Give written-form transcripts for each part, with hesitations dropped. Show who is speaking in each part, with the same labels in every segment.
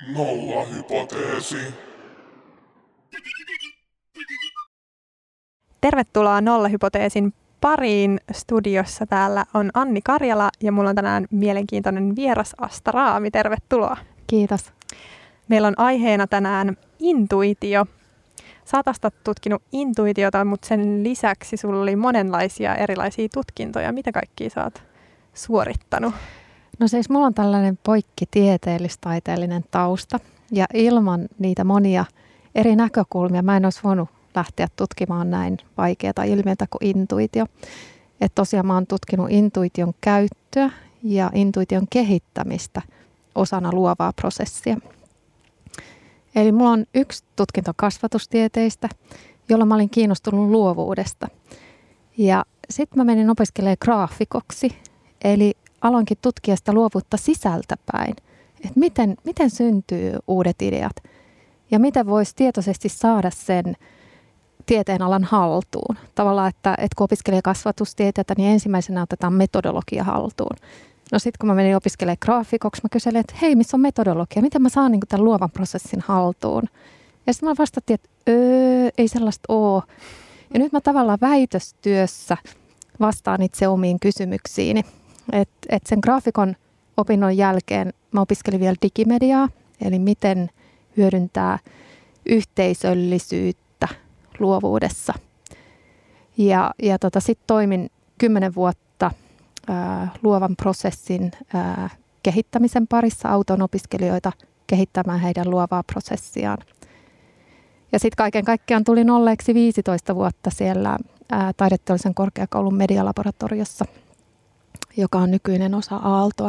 Speaker 1: Nollahypoteesi.
Speaker 2: Tervetuloa Nollahypoteesin pariin. Studiossa täällä on Anni Karjala ja mulla on tänään mielenkiintoinen vieras Asta Raami. Tervetuloa.
Speaker 3: Kiitos.
Speaker 2: Meillä on aiheena tänään intuitio. Sä oot Asta tutkinut intuitiota, mutta sen lisäksi sulla oli monenlaisia erilaisia tutkintoja. Mitä kaikkia sä oot suorittanut?
Speaker 3: No siis mulla on tällainen poikkitieteellis-taiteellinen tausta ja ilman niitä monia eri näkökulmia mä en olisi voinut lähteä tutkimaan näin vaikeaa ilmiötä kuin intuitio. Että tosiaan mä oon tutkinut intuition käyttöä ja intuition kehittämistä osana luovaa prosessia. Eli mulla on yksi tutkinto kasvatustieteistä, jolla mä olin kiinnostunut luovuudesta. Ja sitten mä menin opiskelemaan graafikoksi, eli aloinkin tutkia sitä luovuutta sisältäpäin. Että miten syntyy uudet ideat ja miten voisi tietoisesti saada sen tieteenalan haltuun. Tavallaan, että kun opiskelee kasvatustieteitä, niin ensimmäisenä otetaan metodologia haltuun. No sitten kun mä menin opiskelemaan graafikoksi, mä kyselin, että hei, missä on metodologia? Miten mä saan tämän luovan prosessin haltuun? Ja sitten mä vastattiin, että ei sellaista ole. Ja nyt mä tavallaan väitöstyössä vastaan itse omiin kysymyksiini. Et sen graafikon opinnon jälkeen mä opiskelin vielä digimediaa, eli miten hyödyntää yhteisöllisyyttä luovuudessa. Ja sitten toimin 10 vuotta luovan prosessin kehittämisen parissa, auton opiskelijoita kehittämään heidän luovaa prosessiaan. Ja sitten kaiken kaikkiaan tulin olleeksi 15 vuotta siellä Taideteollisen korkeakoulun medialaboratoriossa, joka on nykyinen osa Aaltoa.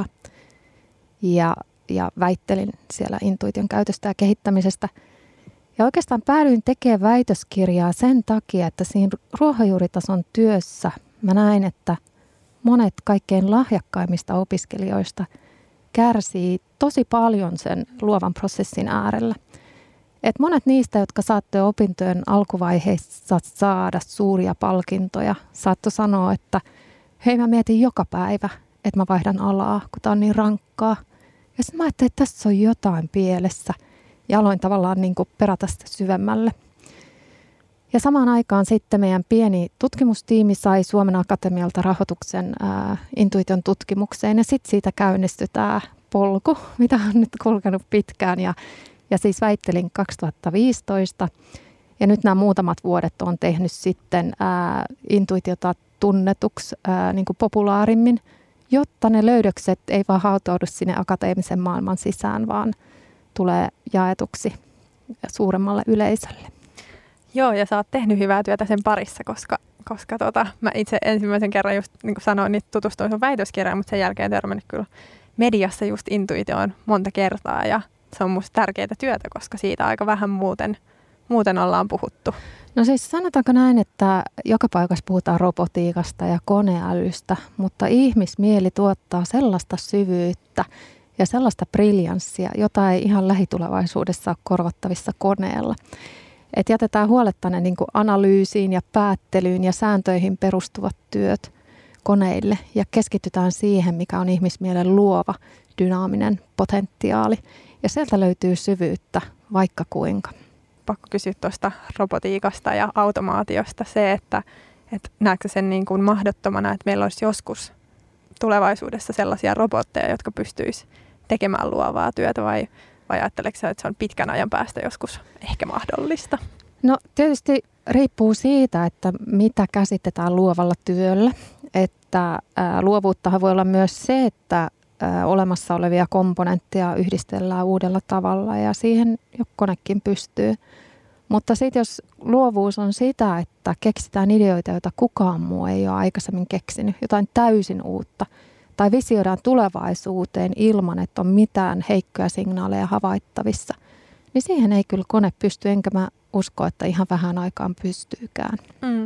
Speaker 3: Ja väittelin siellä intuition käytöstä ja kehittämisestä. Ja oikeastaan päädyin tekemään väitöskirjaa sen takia, että siinä ruohonjuuritason työssä mä näin, että monet kaikkein lahjakkaimmista opiskelijoista kärsii tosi paljon sen luovan prosessin äärellä. Et monet niistä, jotka saattoi opintojen alkuvaiheessa saada suuria palkintoja, saattoi sanoa, että hei, mä mietin joka päivä, että mä vaihdan alaa, kun tää on niin rankkaa. Ja sitten mä ajattelin, että tässä on jotain pielessä. Ja aloin tavallaan niin kuin perata sitä syvemmälle. Ja samaan aikaan sitten meidän pieni tutkimustiimi sai Suomen Akatemialta rahoituksen intuition tutkimukseen. Ja sitten siitä käynnistyi tämä polku, mitä on nyt kulkenut pitkään. Ja siis väittelin 2015. Ja nyt nämä muutamat vuodet on tehnyt sitten intuitiota tunnetuksi niin kuin populaarimmin, jotta ne löydökset ei vaan hautaudu sinne akateemisen maailman sisään, vaan tulee jaetuksi suuremmalle yleisölle.
Speaker 2: Joo, ja sä oot tehnyt hyvää työtä sen parissa, koska mä itse ensimmäisen kerran just niin kuin sanoin, niin tutustuin sun väitöskirjaan, mutta sen jälkeen törmännyt kyllä mediassa just intuitioon monta kertaa, ja se on musta tärkeää työtä, koska siitä aika vähän muuten ollaan puhuttu.
Speaker 3: No siis sanotaanko näin, että joka paikassa puhutaan robotiikasta ja koneälystä, mutta ihmismieli tuottaa sellaista syvyyttä ja sellaista briljanssia, jota ei ihan lähitulevaisuudessa ole korvattavissa koneella. Et jätetään huoletta ne niin kuin analyysiin ja päättelyyn ja sääntöihin perustuvat työt koneille ja keskitytään siihen, mikä on ihmismielen luova, dynaaminen potentiaali. Ja sieltä löytyy syvyyttä vaikka kuinka.
Speaker 2: Pakko kysyä tuosta robotiikasta ja automaatiosta se, että näetkö sen niin kuin mahdottomana, että meillä olisi joskus tulevaisuudessa sellaisia robotteja, jotka pystyisi tekemään luovaa työtä vai ajatteleksä, että se on pitkän ajan päästä joskus ehkä mahdollista?
Speaker 3: No tietysti riippuu siitä, että mitä käsitetään luovalla työllä. Että luovuuttahan voi olla myös se, että olemassa olevia komponentteja yhdistellään uudella tavalla ja siihen konekin pystyy. Mutta sitten jos luovuus on sitä, että keksitään ideoita, joita kukaan muu ei ole aikaisemmin keksinyt, jotain täysin uutta, tai visioidaan tulevaisuuteen ilman, että on mitään heikkoja signaaleja havaittavissa, niin siihen ei kyllä kone pysty, enkä mä usko, että ihan vähän aikaan pystyykään.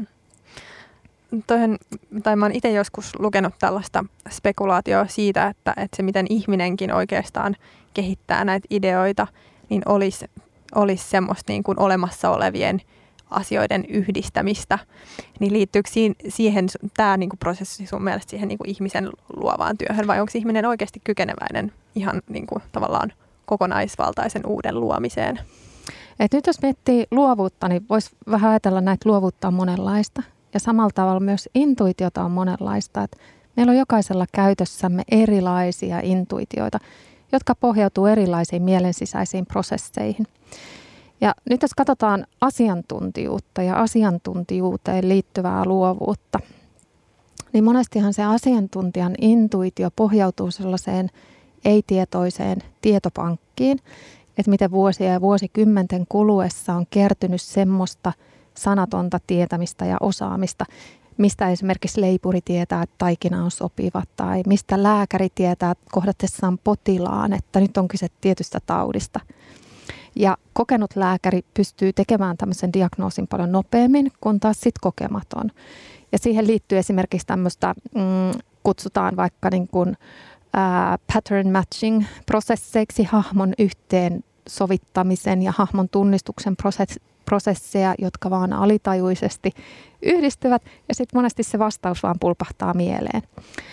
Speaker 2: Mä oon itse joskus lukenut tällaista spekulaatioa siitä, että se miten ihminenkin oikeastaan kehittää näitä ideoita, niin olisi semmoista niin kuin olemassa olevien asioiden yhdistämistä. Niin liittyykö siihen tämä niin kuin prosessi sun mielestä siihen niin kuin ihmisen luovaan työhön vai onko ihminen oikeasti kykeneväinen ihan niin kuin tavallaan kokonaisvaltaisen uuden luomiseen.
Speaker 3: Et nyt jos miettii luovuutta, niin voisi vähän ajatella näitä luovuutta on monenlaista. Ja samalla tavalla myös intuitiota on monenlaista. Et meillä on jokaisella käytössämme erilaisia intuitioita, jotka pohjautuu erilaisiin mielensisäisiin prosesseihin. Ja nyt jos katsotaan asiantuntijuutta ja asiantuntijuuteen liittyvää luovuutta, niin monestihan se asiantuntijan intuitio pohjautuu sellaiseen ei-tietoiseen tietopankkiin, että miten vuosia ja vuosikymmenten kuluessa on kertynyt semmoista sanatonta tietämistä ja osaamista, mistä esimerkiksi leipuri tietää, että taikina on sopiva, tai mistä lääkäri tietää kohdatessaan potilaan, että nyt on kyse tietystä taudista. Ja kokenut lääkäri pystyy tekemään tämmöisen diagnoosin paljon nopeammin kuin taas sit kokematon. Ja siihen liittyy esimerkiksi tämmöistä, kutsutaan vaikka niin kuin, pattern matching prosesseiksi, hahmon yhteen sovittamisen ja hahmon tunnistuksen prosesseja, jotka vaan alitajuisesti yhdistyvät, ja sitten monesti se vastaus vaan pulpahtaa mieleen.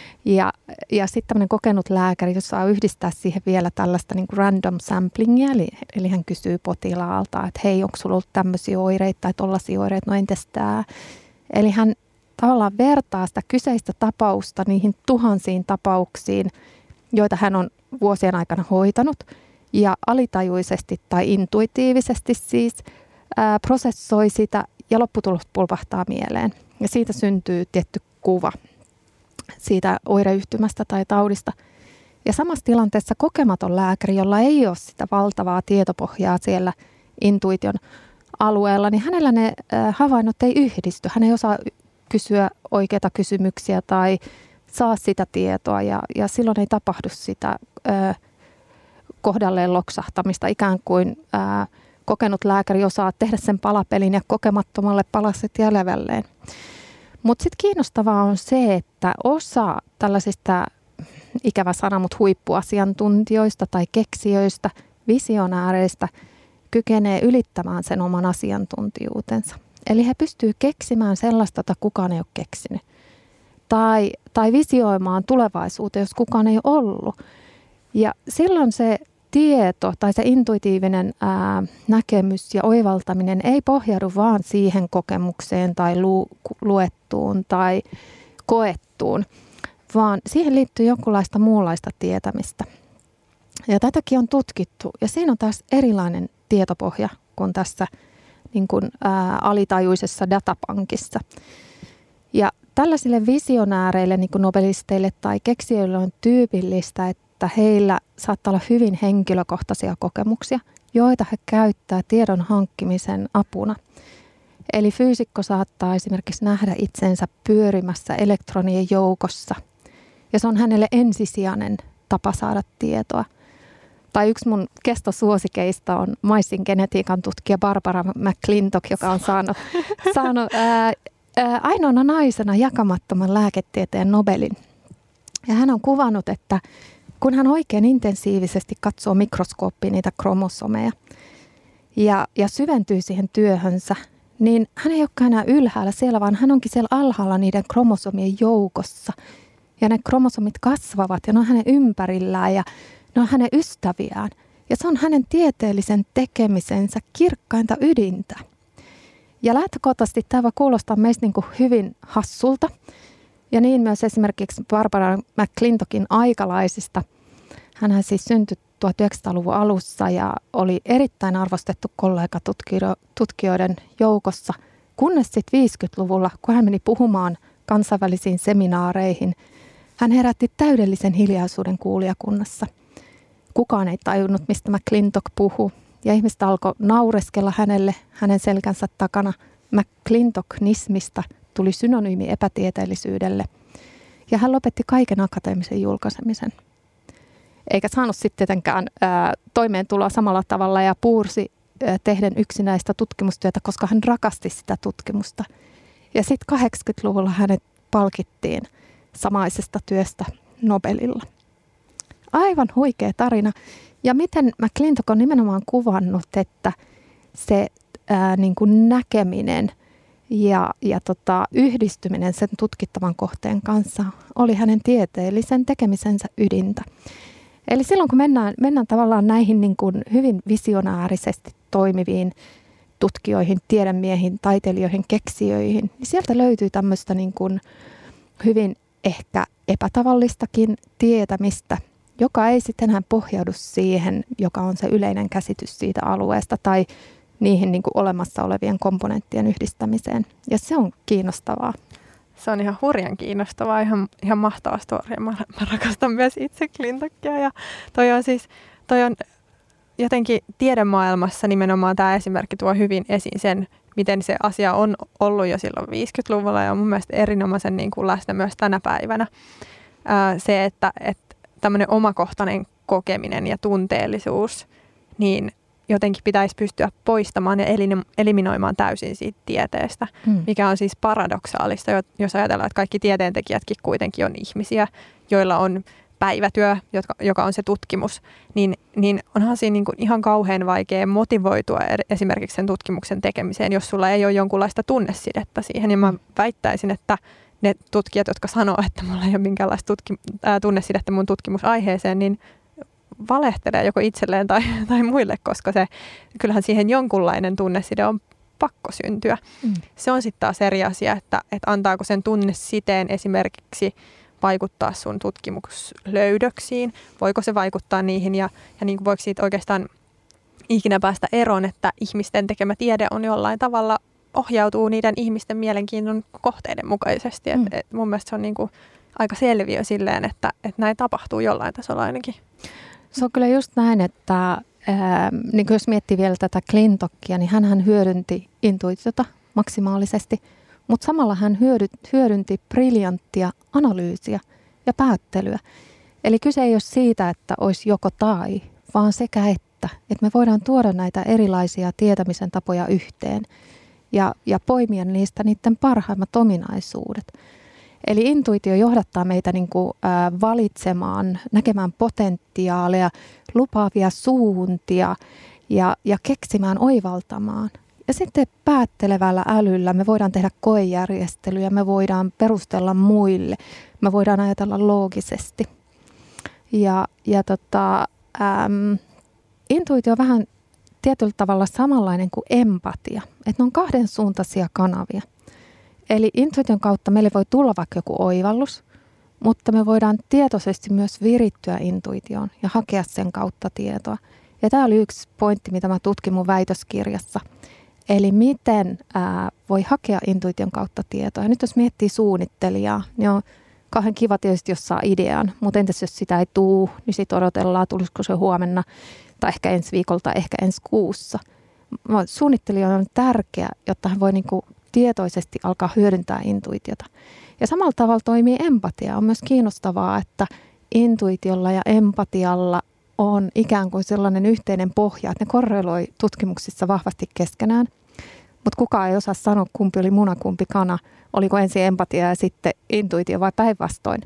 Speaker 3: Ja sitten tämmöinen kokenut lääkäri, jos saa yhdistää siihen vielä tällaista niin kuin random samplingia, eli hän kysyy potilaalta, että hei, onko sulla ollut tämmöisiä oireita tai tollaisia oireita, no entäs tämä? Eli hän tavallaan vertaa sitä kyseistä tapausta niihin tuhansiin tapauksiin, joita hän on vuosien aikana hoitanut, ja alitajuisesti tai intuitiivisesti siis prosessoi sitä, ja lopputulos pulpahtaa mieleen. Ja siitä syntyy tietty kuva siitä oireyhtymästä tai taudista. Ja samassa tilanteessa kokematon lääkäri, jolla ei ole sitä valtavaa tietopohjaa siellä intuition alueella, niin hänellä ne havainnot ei yhdisty. Hän ei osaa kysyä oikeita kysymyksiä tai saa sitä tietoa, ja silloin ei tapahdu sitä kohdalleen loksahtamista, ikään kuin kokenut lääkäri osaa tehdä sen palapelin ja kokemattomalle palaset jäljelleen. Mutta sitten kiinnostavaa on se, että osa tällaisista, ikävä sana, mutta huippuasiantuntijoista tai keksijöistä, visionääreistä kykenee ylittämään sen oman asiantuntijuutensa. Eli he pystyvät keksimään sellaista, jota kukaan ei ole keksinyt. Tai visioimaan tulevaisuuteen, jos kukaan ei ole ollut. Ja silloin se tieto tai se intuitiivinen näkemys ja oivaltaminen ei pohjaudu vaan siihen kokemukseen tai luettuun tai koettuun, vaan siihen liittyy jonkunlaista muunlaista tietämistä. Ja tätäkin on tutkittu, ja siinä on taas erilainen tietopohja kuin tässä niin kuin, alitajuisessa datapankissa. Ja tällaisille visionääreille, niin kuin nobelisteille tai keksijöille on tyypillistä, että heillä saattaa olla hyvin henkilökohtaisia kokemuksia, joita he käyttää tiedon hankkimisen apuna. Eli fyysikko saattaa esimerkiksi nähdä itsensä pyörimässä elektronien joukossa, ja se on hänelle ensisijainen tapa saada tietoa. Tai yksi mun kestosuosikeista on maissin genetiikan tutkija Barbara McClintock, joka on saanut ainoana naisena jakamattoman lääketieteen Nobelin. Ja hän on kuvannut, että kun hän oikein intensiivisesti katsoo mikroskooppiin niitä kromosomeja ja syventyy siihen työhönsä, niin hän ei olekaan enää ylhäällä siellä, vaan hän onkin siellä alhaalla niiden kromosomien joukossa. Ja ne kromosomit kasvavat ja ne on hänen ympärillään ja ne on hänen ystäviään. Ja se on hänen tieteellisen tekemisensä kirkkainta ydintä. Ja lähtökohtaisesti tämä voi kuulostaa meistä niin kuin hyvin hassulta. Ja niin myös esimerkiksi Barbara McClintockin aikalaisista. Hänhän siis syntyi 1900-luvun alussa ja oli erittäin arvostettu kollega tutkijoiden joukossa, kunnes sitten 50-luvulla, kun hän meni puhumaan kansainvälisiin seminaareihin, hän herätti täydellisen hiljaisuuden kuulijakunnassa. Kukaan ei tajunnut, mistä McClintock puhui, ja ihmiset alkoi naureskella hänelle hänen selkänsä takana. McClintocknismista tuli synonyymi epätieteellisyydelle, ja hän lopetti kaiken akateemisen julkaisemisen. Eikä saanut sitten tietenkään toimeentuloa samalla tavalla ja puursi tehden yksinäistä tutkimustyötä, koska hän rakasti sitä tutkimusta. Ja sitten 80-luvulla hänet palkittiin samaisesta työstä Nobelilla. Aivan huikea tarina. Ja miten McClintock on nimenomaan kuvannut, että se niin kuin näkeminen ja yhdistyminen sen tutkittavan kohteen kanssa oli hänen tieteellisen tekemisensä ydintä. Eli silloin kun mennään tavallaan näihin niin kuin hyvin visionäärisesti toimiviin tutkijoihin, tiedemiehiin, taiteilijoihin, keksijöihin, niin sieltä löytyy tämmöistä niin kuin hyvin ehkä epätavallistakin tietämistä, joka ei sitten enää pohjaudu siihen, joka on se yleinen käsitys siitä alueesta tai niihin niin kuin olemassa olevien komponenttien yhdistämiseen. Ja se on kiinnostavaa.
Speaker 2: Se on ihan hurjan kiinnostavaa, ihan mahtava story. Mä rakastan myös itse Clintonia ja toi on jotenkin tiedemaailmassa nimenomaan tämä esimerkki tuo hyvin esiin sen, miten se asia on ollut jo silloin 50-luvulla ja on mun mielestä erinomaisen niin kuin läsnä myös tänä päivänä. Se, että tämmöinen omakohtainen kokeminen ja tunteellisuus, niin jotenkin pitäisi pystyä poistamaan ja eliminoimaan täysin siitä tieteestä, mikä on siis paradoksaalista, jos ajatellaan, että kaikki tieteentekijätkin kuitenkin on ihmisiä, joilla on päivätyö, joka on se tutkimus, niin onhan siinä niin kuin ihan kauhean vaikea motivoitua esimerkiksi sen tutkimuksen tekemiseen, jos sulla ei ole jonkunlaista tunnesidettä siihen. Ja mä väittäisin, että ne tutkijat, jotka sanoo, että mulla ei ole minkäänlaista tunnesidettä mun tutkimusaiheeseen, niin valehtelee joko itselleen tai muille, koska kyllähän siihen jonkunlainen tunneside on pakko syntyä. Se on sitten taas eri asia, että antaako sen tunnesiteen esimerkiksi vaikuttaa sun tutkimuslöydöksiin, voiko se vaikuttaa niihin ja niin voiko siitä oikeastaan ikinä päästä eroon, että ihmisten tekemä tiede on jollain tavalla ohjautuu niiden ihmisten mielenkiinnon kohteiden mukaisesti. Et mun mielestä se on niinku aika selviö silleen, että näin tapahtuu jollain tasolla ainakin.
Speaker 3: Se on kyllä just näin, että niin jos miettii vielä tätä Clintonia, niin hän hyödynti intuitiota maksimaalisesti, mutta samalla hän hyödynti briljanttia analyysiä ja päättelyä. Eli kyse ei ole siitä, että olisi joko tai, vaan sekä että me voidaan tuoda näitä erilaisia tietämisen tapoja yhteen ja poimia niiden parhaimmat ominaisuudet. Eli intuitio johdattaa meitä niin kuin, valitsemaan, näkemään potentiaaleja, lupaavia suuntia ja keksimään, oivaltamaan. Ja sitten päättelevällä älyllä me voidaan tehdä koejärjestelyjä, me voidaan perustella muille, me voidaan ajatella loogisesti. Intuitio on vähän tietyllä tavalla samanlainen kuin empatia, että ne on kahdensuuntaisia kanavia. Eli intuition kautta meille voi tulla vaikka joku oivallus, mutta me voidaan tietoisesti myös virittyä intuitioon ja hakea sen kautta tietoa. Ja tämä oli yksi pointti, mitä mä tutkin mun väitöskirjassa. Eli miten voi hakea intuition kautta tietoa. Ja nyt jos miettii suunnittelijaa, niin on kauhean kiva tietysti, jos saa idean. Mutta entäs jos sitä ei tule, niin sitten odotellaan, tulisiko se huomenna tai ehkä ensi viikolla tai ehkä ensi kuussa. Suunnittelija on tärkeä, jotta hän voi niinku tietoisesti alkaa hyödyntää intuitiota. Ja samalla tavalla toimii empatia. On myös kiinnostavaa, että intuitiolla ja empatialla on ikään kuin sellainen yhteinen pohja, että ne korreloi tutkimuksissa vahvasti keskenään. Mutta kukaan ei osaa sanoa, kumpi oli muna, kumpi kana. Oliko ensin empatia ja sitten intuitio vai päinvastoin.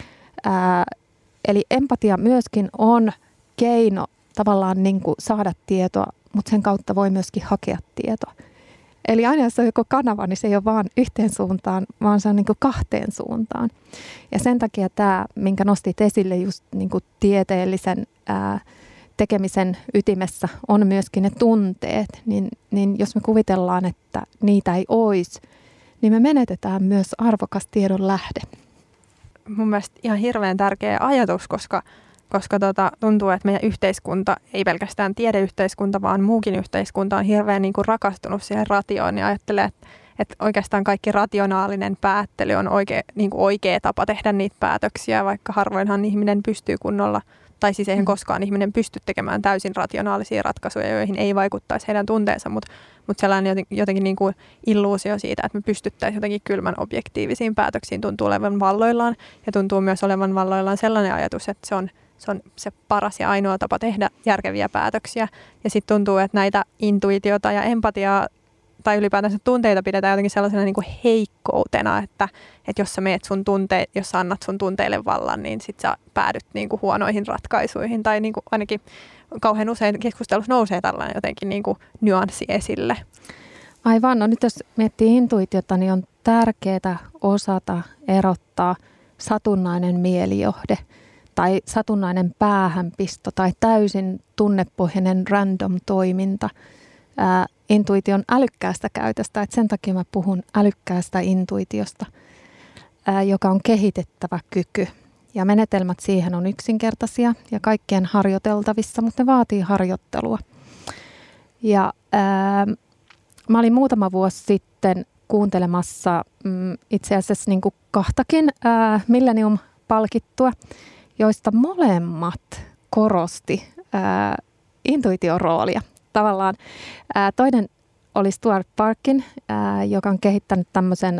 Speaker 3: Eli empatia myöskin on keino tavallaan niin kuin saada tietoa, mutta sen kautta voi myöskin hakea tietoa. Eli aina jos on joku kanava, niin se ei ole vaan yhteen suuntaan, vaan se on niin kuin kahteen suuntaan. Ja sen takia tämä, minkä nostit esille just niin kuin tieteellisen tekemisen ytimessä, on myöskin ne tunteet. Niin jos me kuvitellaan, että niitä ei olisi, niin me menetetään myös arvokas tiedon lähde.
Speaker 2: Mun mielestä ihan hirveän tärkeä ajatus, koska tuntuu, että meidän yhteiskunta, ei pelkästään tiedeyhteiskunta, vaan muukin yhteiskunta on hirveän niin kuin rakastunut siihen ratioon ja ajattelee, että oikeastaan kaikki rationaalinen päättely on oikea tapa tehdä niitä päätöksiä, vaikka harvoinhan ihminen pystyy kunnolla, tai siis eihän koskaan ihminen pysty tekemään täysin rationaalisia ratkaisuja, joihin ei vaikuttaisi heidän tunteensa, mutta sellainen jotenkin niin kuin illuusio siitä, että me pystyttäisiin jotenkin kylmän objektiivisiin päätöksiin, tuntuu olevan valloillaan, ja tuntuu myös olevan valloillaan sellainen ajatus, että se on se paras ja ainoa tapa tehdä järkeviä päätöksiä. Ja sitten tuntuu, että näitä intuitiota ja empatiaa tai ylipäätänsä tunteita pidetään jotenkin sellaisena niin kuin heikkoutena, että jos sä jos sä annat sun tunteille vallan, niin sit sä päädyt niin kuin huonoihin ratkaisuihin. Tai niin kuin ainakin kauhean usein keskustelussa nousee tällainen jotenkin niin kuin nyanssi esille.
Speaker 3: Aivan. No nyt jos miettii intuitiota, niin on tärkeää osata erottaa satunnainen mielijohde tai satunnainen päähänpisto tai täysin tunnepohjainen random toiminta intuition älykkäästä käytöstä. Et sen takia mä puhun älykkäästä intuitiosta, joka on kehitettävä kyky. Ja menetelmät siihen on yksinkertaisia ja kaikkien harjoiteltavissa, mutta ne vaatii harjoittelua. Ja mä olin muutama vuosi sitten kuuntelemassa itse asiassa niin kuin kahtakin Millennium-palkittua, joista molemmat korosti intuition roolia. Tavallaan toinen oli Stuart Parkin, joka on kehittänyt tämmöisen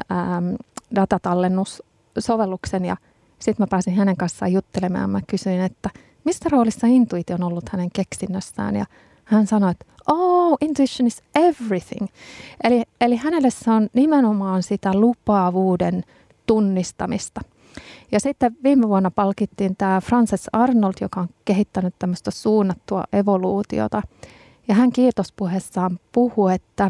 Speaker 3: datatallennussovelluksen, ja sitten mä pääsin hänen kanssaan juttelemaan. Mä kysyin, että mistä roolissa intuitio on ollut hänen keksinnössään, ja hän sanoi, että intuition is everything. Eli hänelle se on nimenomaan sitä lupaavuuden tunnistamista. Ja sitten viime vuonna palkittiin tämä Frances Arnold, joka on kehittänyt tämmöistä suunnattua evoluutiota. Ja hän kiitospuheessaan puhui, että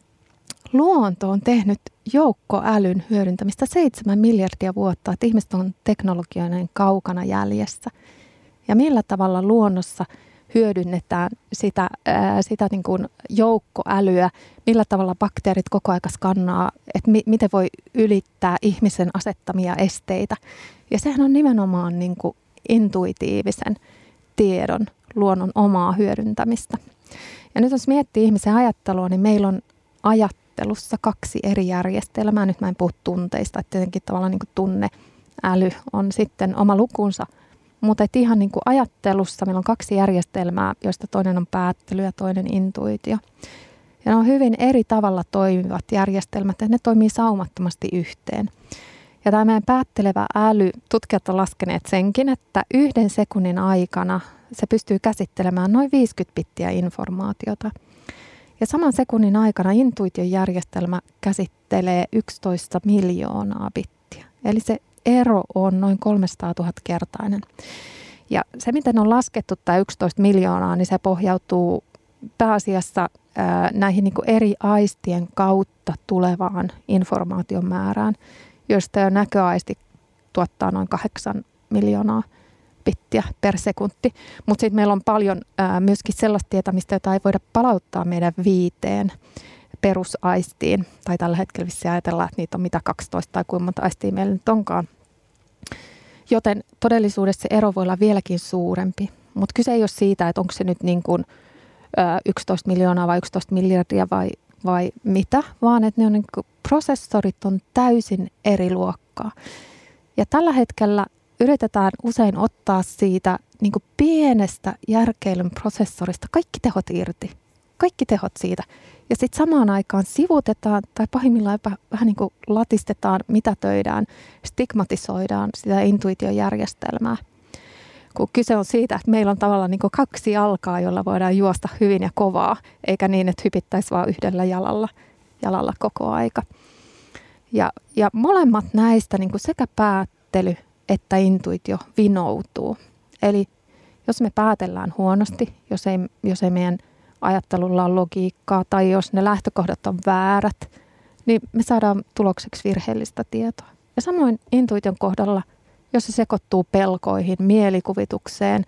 Speaker 3: luonto on tehnyt joukkoälyn hyödyntämistä 7 miljardia vuotta, että ihmiset on teknologioiden kaukana jäljessä. Ja millä tavalla luonnossa hyödynnetään sitä niin kuin joukkoälyä, millä tavalla bakteerit koko ajan skannaa, että miten voi ylittää ihmisen asettamia esteitä. Ja sehän on nimenomaan niin kuin intuitiivisen tiedon, luonnon omaa hyödyntämistä. Ja nyt jos miettii ihmisen ajattelua, niin meillä on ajattelussa 2 eri järjestelmää. Nyt mä en puhu tunteista, että tietenkin tavallaan niin kuin tunneäly on sitten oma lukunsa. Mutta ihan niin kuin ajattelussa meillä on 2 järjestelmää, joista toinen on päättely ja toinen intuitio. Ja ne on hyvin eri tavalla toimivat järjestelmät, ja ne toimii saumattomasti yhteen. Ja tämä meidän päättelevä äly, tutkijat on laskeneet senkin, että 1 sekunnin aikana se pystyy käsittelemään noin 50 bittiä informaatiota. Ja saman sekunnin aikana intuition järjestelmä käsittelee 11 miljoonaa bittiä. Eli se ero on noin 300 000 kertainen. Ja se, miten on laskettu tämä 11 miljoonaa, niin se pohjautuu pääasiassa näihin niin kuin eri aistien kautta tulevaan informaation määrään, josta jo näköaisti tuottaa noin 8 miljoonaa bittiä per sekunti. Mutta sitten meillä on paljon myöskin sellaista tietämistä, jota ei voida palauttaa meidän 5 perusaistiin. Tai tällä hetkellä vissiin ajatellaan, että niitä on mitä 12 tai kuinka monta aistia meillä nyt onkaan. Joten todellisuudessa se ero voi olla vieläkin suurempi. Mutta kyse ei ole siitä, että onko se nyt niin kuin 11 miljoonaa vai 11 miljardia vai mitä, vaan että ne on niin kuin prosessorit on täysin eri luokkaa. Ja tällä hetkellä yritetään usein ottaa siitä niin kuin pienestä järkeilyn prosessorista kaikki tehot irti. Kaikki tehot siitä. Ja sitten samaan aikaan sivutetaan tai pahimmillaan vähän niin kuin latistetaan, mitätöidään, stigmatisoidaan sitä intuitiojärjestelmää. Kun kyse on siitä, että meillä on tavallaan niin kuin 2 jalkaa, jolla voidaan juosta hyvin ja kovaa, eikä niin, että hypittäisi vaan yhdellä jalalla koko aika. Ja molemmat näistä, niin kuin sekä päättely että intuitio, vinoutuu. Eli jos me päätellään huonosti, jos ei meidän ajattelulla on logiikkaa tai jos ne lähtökohdat on väärät, niin me saadaan tulokseksi virheellistä tietoa. Ja samoin intuition kohdalla, jos se sekoittuu pelkoihin, mielikuvitukseen,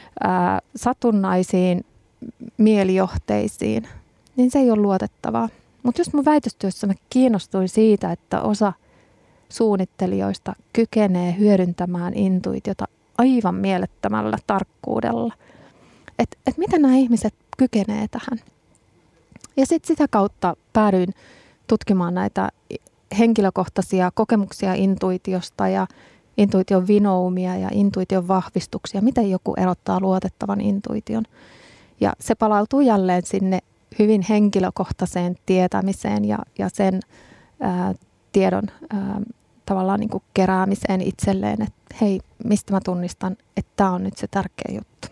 Speaker 3: satunnaisiin mielijohteisiin, niin se ei ole luotettavaa. Mutta just mun väitöstyössä mä kiinnostuin siitä, että osa suunnittelijoista kykenee hyödyntämään intuitiota aivan mielettömällä tarkkuudella. Et miten nämä ihmiset kykenee tähän? Ja sitten sitä kautta päädyin tutkimaan näitä henkilökohtaisia kokemuksia intuitiosta ja intuition vinoumia ja intuition vahvistuksia. Miten joku erottaa luotettavan intuition? Ja se palautuu jälleen sinne hyvin henkilökohtaiseen tietämiseen ja sen tiedon tavallaan niin kuin keräämiseen itselleen, että hei, mistä mä tunnistan, että tämä on nyt se tärkeä juttu.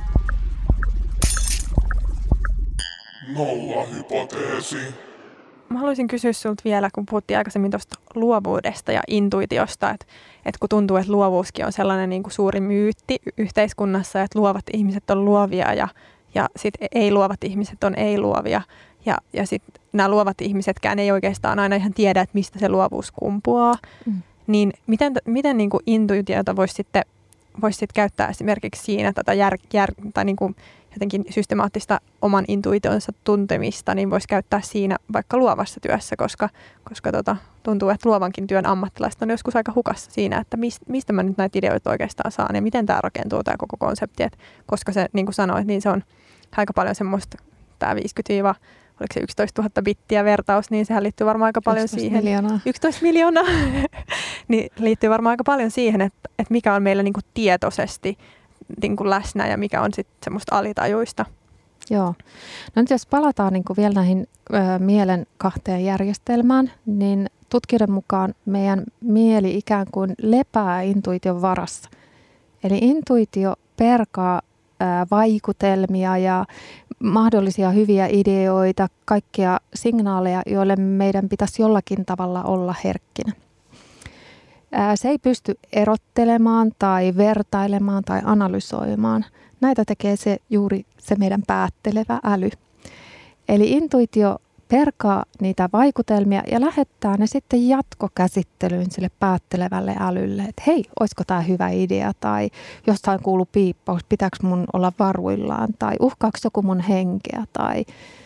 Speaker 1: Nollahypoteesi.
Speaker 2: Mä haluaisin kysyä sulta vielä, kun puhuttiin aikaisemmin tuosta luovuudesta ja intuitiosta, että kun tuntuu, että luovuuskin on sellainen niin kuin suuri myytti yhteiskunnassa, että luovat ihmiset on luovia ja sitten ei-luovat ihmiset on ei-luovia. Ja sitten nämä luovat ihmisetkään ei oikeastaan aina ihan tiedä, että mistä se luovuus kumpuaa. Niin miten niin kuin intuitiota voisi sitten vois sit käyttää esimerkiksi siinä tätä tai niin kuin jotenkin systemaattista oman intuitionsa tuntemista, niin voisi käyttää siinä vaikka luovassa työssä, koska tuntuu, että luovankin työn ammattilaiset on joskus aika hukassa siinä, että mistä mä nyt näitä ideoita oikeastaan saan ja miten tämä rakentuu, tämä koko konsepti. Et koska se, niin kuin sanoit, niin se on aika paljon semmoista, tämä 11 000 bittiä vertaus, niin sehän liittyy varmaan aika paljon 11 miljoonaa. Niin liittyy varmaan aika paljon siihen, että mikä on meillä niin kuin tietoisesti niin kuin läsnä ja mikä on sitten semmoista alitajuista.
Speaker 3: Joo. No nyt jos palataan niin kuin vielä näihin mielen kahteen järjestelmään, niin tutkijoiden mukaan meidän mieli ikään kuin lepää intuition varassa. Eli intuitio perkaa vaikutelmia ja mahdollisia hyviä ideoita, kaikkia signaaleja, joille meidän pitäisi jollakin tavalla olla herkkinä. Se ei pysty erottelemaan tai vertailemaan tai analysoimaan. Näitä tekee juuri se meidän päättelevä äly. Eli intuitio perkaa niitä vaikutelmia ja lähettää ne sitten jatkokäsittelyyn sille päättelevälle älylle. Että hei, olisiko tämä hyvä idea tai jostain kuuluu piippaus, pitääkö mun olla varuillaan tai uhkaako joku mun henkeä tai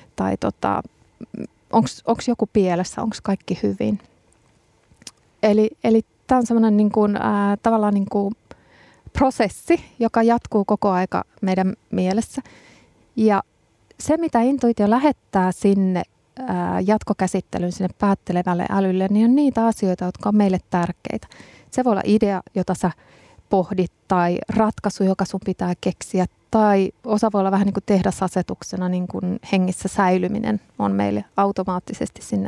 Speaker 3: onko joku pielessä, onko kaikki hyvin. Eli tämä on semmoinen niin kuin, tavallaan niin kuin prosessi, joka jatkuu koko aika meidän mielessä. Ja se, mitä intuitio lähettää sinne jatkokäsittelyyn, sinne päättelevälle älylle, niin on niitä asioita, jotka on meille tärkeitä. Se voi olla idea, jota sä pohdit, tai ratkaisu, joka sun pitää keksiä, tai osa voi olla vähän niin kuin tehdasasetuksena, niin kuin hengissä säilyminen on meille automaattisesti sinne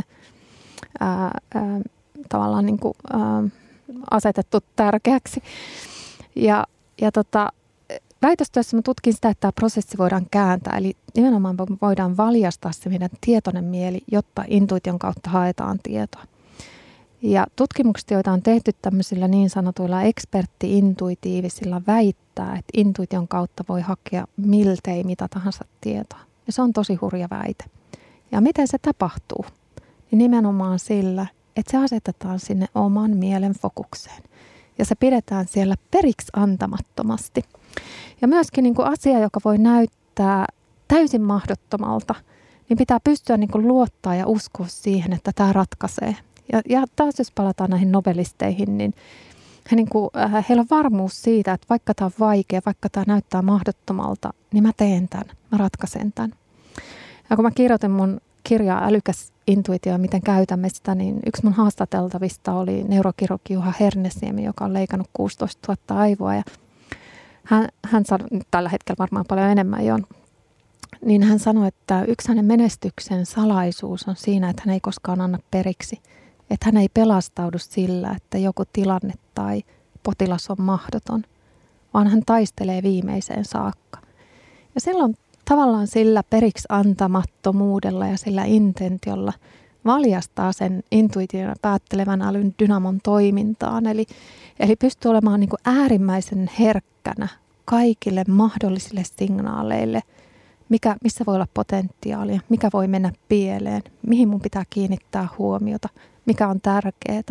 Speaker 3: tavallaan niin kuin, asetettu tärkeäksi. Ja väitöstyössä mä tutkin sitä, että tämä prosessi voidaan kääntää, eli nimenomaan voidaan valjastaa se meidän tietoinen mieli, jotta intuition kautta haetaan tietoa. Ja tutkimukset, joita on tehty tämmöisillä niin sanotuilla ekspertti-intuitiivisilla, väittää, että intuition kautta voi hakea miltei mitä tahansa tietoa. Ja se on tosi hurja väite. Ja miten se tapahtuu? Niin nimenomaan sillä, että se asetetaan sinne oman mielen fokukseen. Ja se pidetään siellä periksi antamattomasti. Ja myöskin niin kuin asia, joka voi näyttää täysin mahdottomalta, niin pitää pystyä niin kuin luottaa ja uskoa siihen, että tämä ratkaisee. Ja taas jos palataan näihin nobelisteihin, niin heillä on varmuus siitä, että vaikka tämä on vaikea, vaikka tämä näyttää mahdottomalta, niin mä teen tämän, mä ratkaisen tämän. Ja kun mä kirjoitin mun kirjaa Älykäs intuitio ja miten käytämme sitä, niin yksi mun haastateltavista oli neurokirurgi Juha Hernesiemi, joka on leikannut 16 000 aivoa. Ja hän sanoi, tällä hetkellä varmaan paljon enemmän jo, niin hän sanoi, että yksi hänen menestyksen salaisuus on siinä, että hän ei koskaan anna periksi. Että hän ei pelastaudu sillä, että joku tilanne tai potilas on mahdoton, vaan hän taistelee viimeiseen saakka. Ja silloin tavallaan sillä periksi antamattomuudella ja sillä intentiolla valjastaa sen intuition päättelevän älyn dynamon toimintaan. Eli pystyy olemaan niin kuin äärimmäisen herkkänä kaikille mahdollisille signaaleille, missä voi olla potentiaalia, mikä voi mennä pieleen, mihin mun pitää kiinnittää huomiota, mikä on tärkeää.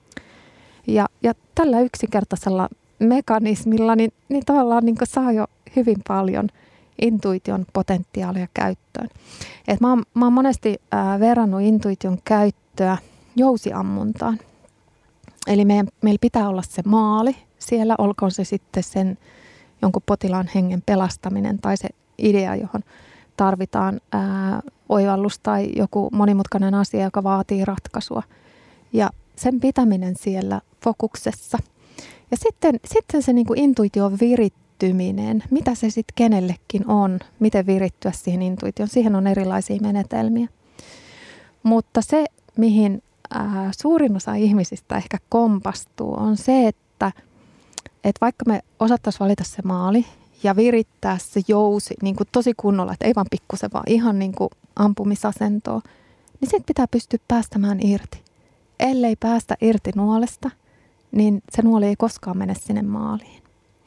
Speaker 3: Ja tällä yksinkertaisella mekanismilla niin tavallaan niin kuin saa jo hyvin paljon intuition potentiaalia käyttöön. Et mä oon monesti verrannut intuition käyttöä jousiammuntaan. Eli meillä pitää olla se maali siellä, olkoon se sitten sen jonkun potilaan hengen pelastaminen tai se idea, johon tarvitaan oivallus tai joku monimutkainen asia, joka vaatii ratkaisua. Ja sen pitäminen siellä fokuksessa. Ja sitten se niin kuin intuition virittyminen, mitä se sitten kenellekin on, miten virittyä siihen intuitioon. Siihen on erilaisia menetelmiä. Mutta se, mihin suurin osa ihmisistä ehkä kompastuu, on se, että vaikka me osattaisiin valita se maali ja virittää se jousi niin kuin tosi kunnolla, että ei vaan pikkusen, vaan ihan niin kuin ampumisasentoa, niin sitten pitää pystyä päästämään irti. Ellei päästä irti nuolesta, niin se nuoli ei koskaan mene sinne maaliin.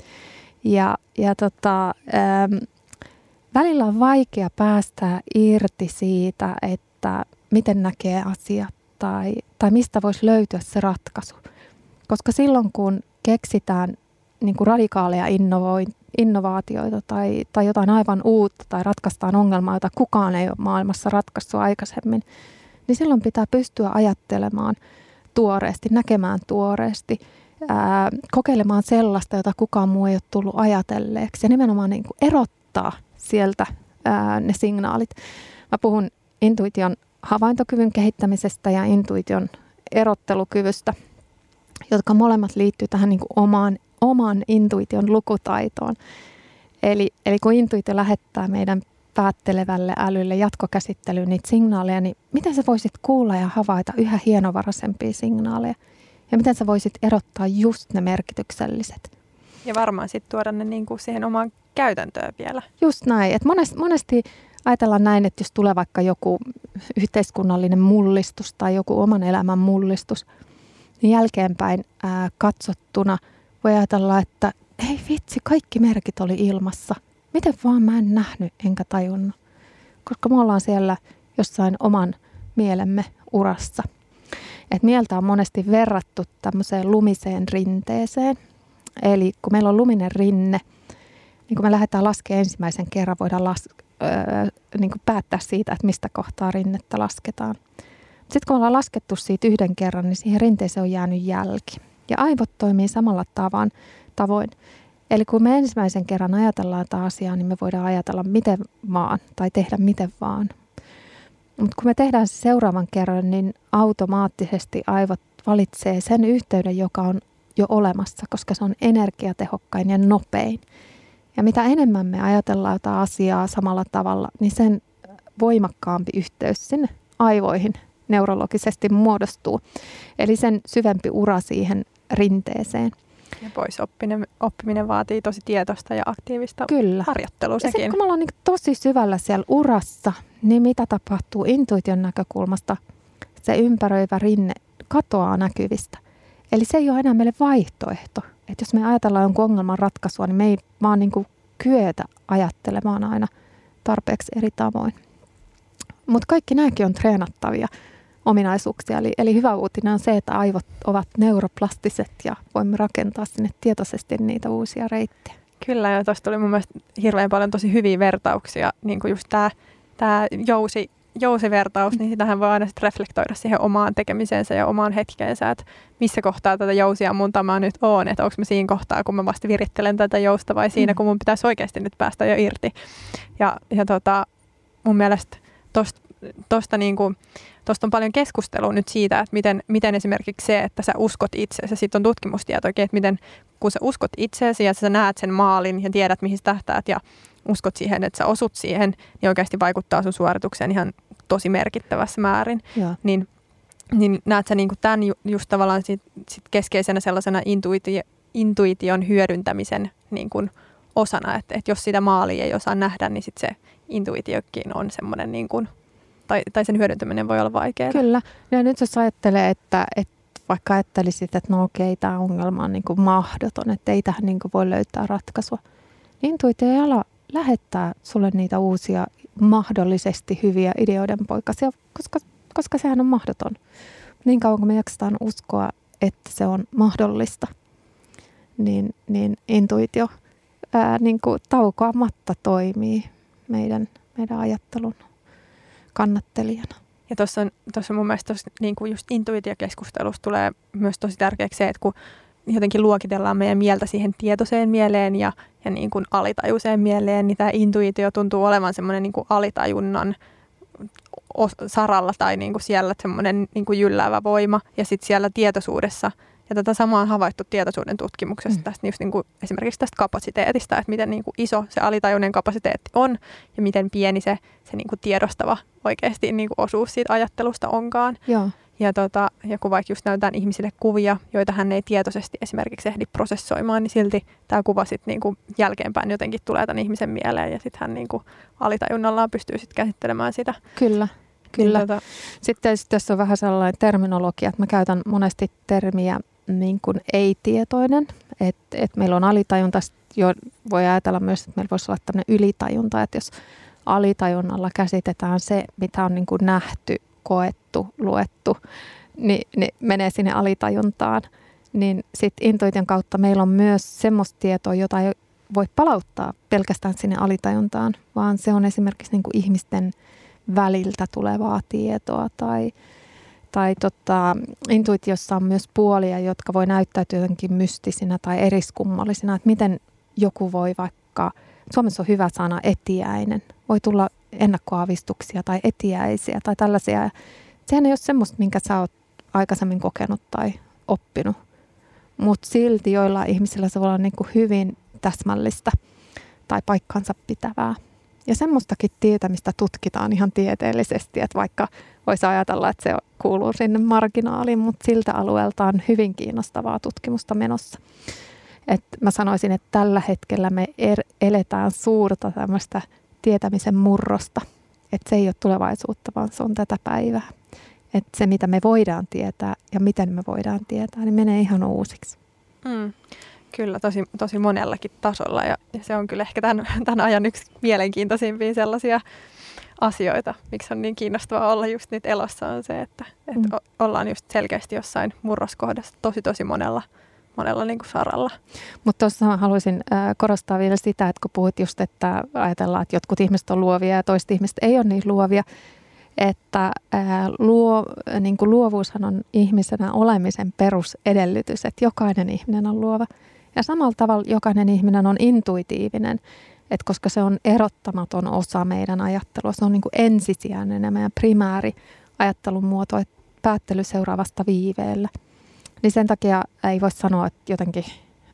Speaker 3: Välillä on vaikea päästää irti siitä, että miten näkee asiat tai mistä voisi löytyä se ratkaisu. Koska silloin kun keksitään niin kuin radikaaleja innovaatioita tai jotain aivan uutta tai ratkaistaan ongelmaa, jota kukaan ei ole maailmassa ratkaissut aikaisemmin, niin silloin pitää pystyä ajattelemaan tuoreesti, näkemään tuoreesti, kokeilemaan sellaista, jota kukaan muu ei ole tullut ajatelleeksi ja nimenomaan niin kuin erottaa sieltä ne signaalit. Mä puhun intuition havaintokyvyn kehittämisestä ja intuition erottelukyvystä, jotka molemmat liittyy tähän niin kuin oman intuition lukutaitoon. Eli kun intuitio lähettää meidän päättelevälle älylle jatkokäsittelyyn niitä signaaleja, niin miten sä voisit kuulla ja havaita yhä hienovaraisempia signaaleja? Ja miten sä voisit erottaa just ne merkitykselliset?
Speaker 2: Ja varmaan sitten tuoda ne niin kuin siihen omaan käytäntöön vielä.
Speaker 3: Just näin. Et monesti ajatellaan näin, että jos tulee vaikka joku yhteiskunnallinen mullistus tai joku oman elämän mullistus, niin jälkeenpäin katsottuna voi ajatella, että ei vitsi, kaikki merkit oli ilmassa. Miten vaan mä en nähnyt enkä tajunnut, koska me ollaan siellä jossain oman mielemme urassa. Et mieltä on monesti verrattu tämmöiseen lumiseen rinteeseen. Eli kun meillä on luminen rinne, niin kun me lähdetään laskemaan ensimmäisen kerran, voidaan niin kuin päättää siitä, että mistä kohtaa rinnettä lasketaan. Sitten kun ollaan laskettu siitä yhden kerran, niin siihen rinteeseen on jäänyt jälki. Ja aivot toimii samalla tavoin. Eli kun me ensimmäisen kerran ajatellaan tätä asiaa, niin me voidaan ajatella miten vaan tai tehdä miten vaan. Mutta kun me tehdään se seuraavan kerran, niin automaattisesti aivot valitsee sen yhteyden, joka on jo olemassa, koska se on energiatehokkain ja nopein. Ja mitä enemmän me ajatellaan jotain asiaa samalla tavalla, niin sen voimakkaampi yhteys sinne aivoihin neurologisesti muodostuu. Eli sen syvempi ura siihen rinteeseen.
Speaker 2: Ja pois oppiminen vaatii tosi tietoista ja aktiivista harjoittelua sekin.
Speaker 3: Ja sitten kun me ollaan niin tosi syvällä siellä urassa, niin mitä tapahtuu intuition näkökulmasta? Se ympäröivä rinne katoaa näkyvistä. Eli se ei ole enää meille vaihtoehto. Että jos me ajatellaan jonkun ongelman ratkaisua, niin me ei vaan niin kuin kyetä ajattelemaan aina tarpeeksi eri tavoin. Mutta kaikki nämäkin on treenattavia ominaisuuksia. Eli hyvä uutinen on se, että aivot ovat neuroplastiset ja voimme rakentaa sinne tietoisesti niitä uusia reittejä.
Speaker 2: Kyllä, ja tuossa tuli mun mielestä hirveän paljon tosi hyviä vertauksia. Niin kuin just tämä jousivertaus, niin sitähän voi aina reflektoida siihen omaan tekemiseensä ja omaan hetkeensä, että missä kohtaa tätä jousia mä nyt oon, että onko mä siinä kohtaa, kun mä vasta virittelen tätä jousta vai siinä, kun mun pitäisi oikeasti nyt päästä jo irti. Ja mun mielestä tosta on paljon keskustelua nyt siitä, että miten esimerkiksi se, että sä uskot itseäsi, sitten on tutkimustietoakin, että miten kun sä uskot itseäsi ja sä näet sen maalin ja tiedät, mihin sä tähtäät ja uskot siihen, että sä osut siihen, niin oikeasti vaikuttaa sun suoritukseen ihan tosi merkittävässä määrin. Niin näet sä niinku tämän just tavallaan sit keskeisenä sellaisena intuition hyödyntämisen niin kuin osana, että jos sitä maalia ei osaa nähdä, niin sit se intuitiokin on semmoinen, niin kuin, tai sen hyödyntäminen voi olla vaikeaa.
Speaker 3: Kyllä. Ja nyt jos ajattelee, että vaikka ajattelisit, että no okei, tämä ongelma on niin kuin mahdoton, että ei tähän niin kuin voi löytää ratkaisua, niin intuitio ei ala lähettää sulle niitä uusia mahdollisesti hyviä ideoiden poikasia, koska sehän on mahdoton. Niin kauan kun me jaksetaan uskoa, että se on mahdollista, niin intuitio niin kuin taukoamatta toimii meidän ajattelun kannattelijana.
Speaker 2: Ja tuossa mun mielestä niin kuin just intuitiokeskustelussa tulee myös tosi tärkeäksi se, että kun jotenkin luokitellaan meidän mieltä siihen tietoiseen mieleen ja niin kuin alitajuiseen mieleen, niin tämä intuitio tuntuu olevan semmoinen niin kuin alitajunnan saralla tai niin kuin siellä semmoinen niin kuin jylläävä voima. Ja sitten siellä tietoisuudessa, ja tätä samaa on havaittu tietoisuuden tutkimuksessa tästä, just niin kuin esimerkiksi tästä kapasiteetista, että miten niin kuin iso se alitajuinen kapasiteetti on ja miten pieni se niin kuin tiedostava oikeasti niin kuin osuus siitä ajattelusta onkaan.
Speaker 3: Joo.
Speaker 2: Ja kun vaikka just näytetään ihmisille kuvia, joita hän ei tietoisesti esimerkiksi ehdi prosessoimaan, niin silti tämä kuva sitten niinku jälkeenpäin jotenkin tulee tämän ihmisen mieleen ja sitten hän niinku alitajunnallaan pystyy sitten käsittelemään sitä.
Speaker 3: Kyllä. Sitten tässä on vähän sellainen terminologia, että mä käytän monesti termiä niin kuin ei-tietoinen, että meillä on alitajunta, jo voi ajatella myös, että meillä voisi olla tämmöinen ylitajunta, että jos alitajunnalla käsitetään se, mitä on niin kuin nähty, koettu, luettu, niin menee sinne alitajuntaan. niin sitten intuition kautta meillä on myös semmoista tietoa, jota ei voi palauttaa pelkästään sinne alitajuntaan, vaan se on esimerkiksi niin kuin ihmisten väliltä tulevaa tietoa tai intuitiossa on myös puolia, jotka voi näyttäytyä jotenkin mystisinä tai eriskummallisina, että miten joku voi vaikka, Suomessa on hyvä sana etiäinen, voi tulla ennakkoavistuksia tai etiäisiä tai tällaisia. Sehän ei ole semmoista, minkä sä oot aikaisemmin kokenut tai oppinut, mutta silti joilla ihmisillä se voi olla niin kuin hyvin täsmällistä tai paikkansa pitävää. Ja semmoistakin tietämistä tutkitaan ihan tieteellisesti, että vaikka voisi ajatella, että se kuuluu sinne marginaaliin, mutta siltä alueelta on hyvin kiinnostavaa tutkimusta menossa. Et mä sanoisin, että tällä hetkellä me eletään suurta tämmöistä tietämisen murrosta. Että se ei ole tulevaisuutta, vaan se on tätä päivää. Että se, mitä me voidaan tietää ja miten me voidaan tietää, niin menee ihan uusiksi.
Speaker 2: Kyllä, tosi monellakin tasolla ja se on kyllä ehkä tämän ajan yksi mielenkiintoisimpia sellaisia asioita, miksi on niin kiinnostavaa olla just nyt elossa, on se, että ollaan just selkeästi jossain murroskohdassa tosi monella niin kuin saralla. Mutta
Speaker 3: tuossa haluaisin korostaa vielä sitä, että kun puhut just, että ajatellaan, että jotkut ihmiset on luovia ja toiset ihmiset ei ole niin luovia, että niin kuin luovuushan on ihmisenä olemisen perusedellytys, että jokainen ihminen on luova. Ja samalla tavalla jokainen ihminen on intuitiivinen, että koska se on erottamaton osa meidän ajattelua, se on niin kuin ensisijainen ja meidän primääri ajattelun muoto, että päättely seuraavasta viiveellä. Niin sen takia ei voi sanoa, että jotenkin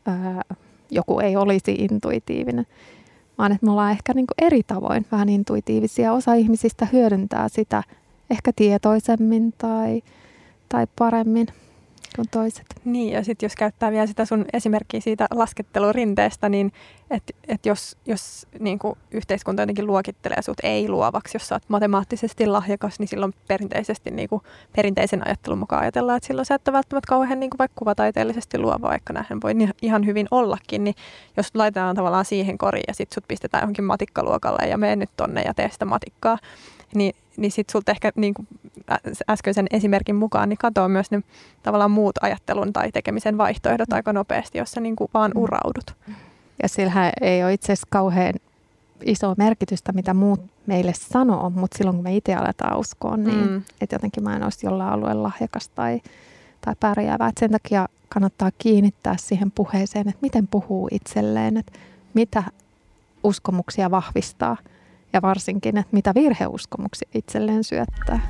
Speaker 3: joku ei olisi intuitiivinen, vaan että me ollaan ehkä niin kuin eri tavoin vähän intuitiivisia. Osa ihmisistä hyödyntää sitä ehkä tietoisemmin tai paremmin kuin toiset.
Speaker 2: Niin, ja sitten jos käyttää vielä sitä sun esimerkkiä siitä laskettelurinteestä, niin että jos niin kuin yhteiskunta jotenkin luokittelee sut ei-luovaksi, jos sä oot matemaattisesti lahjakas, niin silloin perinteisesti niin kuin perinteisen ajattelun mukaan ajatellaan, että silloin sä et ole välttämättä kauhean niin kuin vaikka kuvataiteellisesti luova, vaikka näinhän voi ihan hyvin ollakin, niin jos laitetaan tavallaan siihen koriin ja sitten sut pistetään johonkin matikkaluokalle ja mene nyt tonne ja tee sitä matikkaa, niin sitten sulta ehkä niin kuin äskeisen esimerkin mukaan niin katoaa myös ne tavallaan muut ajattelun tai tekemisen vaihtoehdot aika nopeasti, jos sä niin kuin vaan uraudut.
Speaker 3: Ja sillähän ei ole itse asiassa kauhean isoa merkitystä, mitä muut meille sanoo, mutta silloin kun me itse aletaan uskoa, niin että jotenkin mä en olisi jollain alueella lahjakas tai pärjäävä. Et sen takia kannattaa kiinnittää siihen puheeseen, että miten puhuu itselleen, että mitä uskomuksia vahvistaa. Ja varsinkin, että mitä virheuskomuksia itselleen syöttää.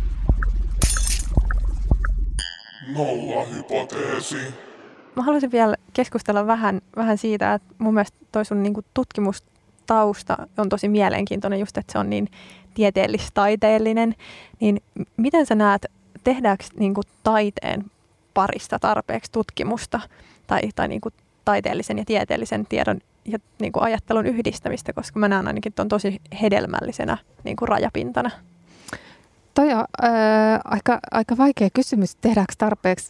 Speaker 1: Nollahypoteesi.
Speaker 2: Mä haluaisin vielä keskustella vähän siitä, että mun mielestä toi sun niinku tutkimustausta on tosi mielenkiintoinen, just että se on niin tieteellis-taiteellinen. Niin miten sä näet, tehdäänkö niinku taiteen parista tarpeeksi tutkimusta tai niinku taiteellisen ja tieteellisen tiedon ja niin kuin ajattelun yhdistämistä, koska mä näen ainakin tuon tosi hedelmällisenä niin kuin rajapintana.
Speaker 3: Toi on aika vaikea kysymys, tehdäänkö tarpeeksi,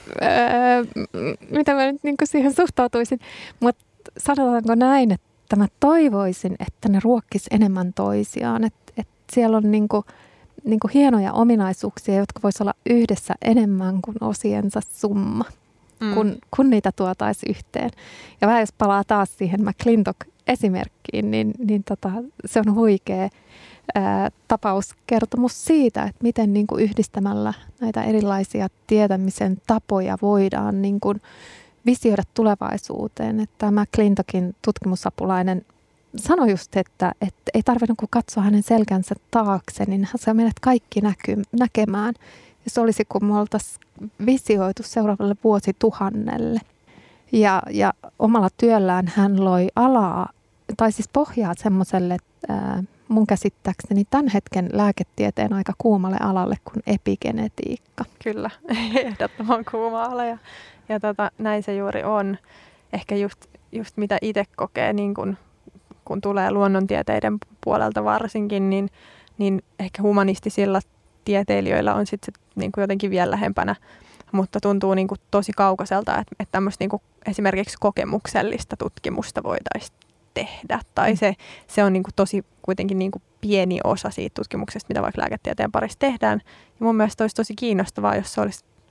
Speaker 3: mitä mä nyt niin kuin siihen suhtautuisin. Mutta sanotaanko näin, että mä toivoisin, että ne ruokkis enemmän toisiaan. Että siellä on niin kuin hienoja ominaisuuksia, jotka vois olla yhdessä enemmän kuin osiensa summa. Kun niitä tuotaisiin yhteen. Ja vähän jos palaa taas siihen McClintock-esimerkkiin, niin se on huikea tapauskertomus siitä, että miten niin kuin yhdistämällä näitä erilaisia tietämisen tapoja voidaan niin kuin visioida tulevaisuuteen. Että McClintockin tutkimusapulainen sanoi just, että ei tarvitse katsoa hänen selkänsä taakse, niin hän menet kaikki näkemään. Ja se olisi, kun me oltaisiin visioitu seuraavalle vuosituhannelle. Ja omalla työllään hän loi alaa, tai siis pohjaa semmoiselle, mun käsittääkseni tämän hetken lääketieteen aika kuumalle alalle kuin epigenetiikka.
Speaker 2: Kyllä, ehdottoman kuuma ala ja näin se juuri on. Ehkä just mitä itse kokee, niin kun tulee luonnontieteiden puolelta varsinkin, niin ehkä humanistisilla tieteilijöillä on sitten niin kuin jotenkin vielä lähempänä, mutta tuntuu niin kuin tosi kaukaiselta, että tämmöistä niin kuin esimerkiksi kokemuksellista tutkimusta voitaisiin tehdä. Tai se on niin kuin tosi kuitenkin niin kuin pieni osa siitä tutkimuksesta, mitä vaikka lääketieteen parissa tehdään. Ja mun mielestä olisi tosi kiinnostavaa, jos se olisi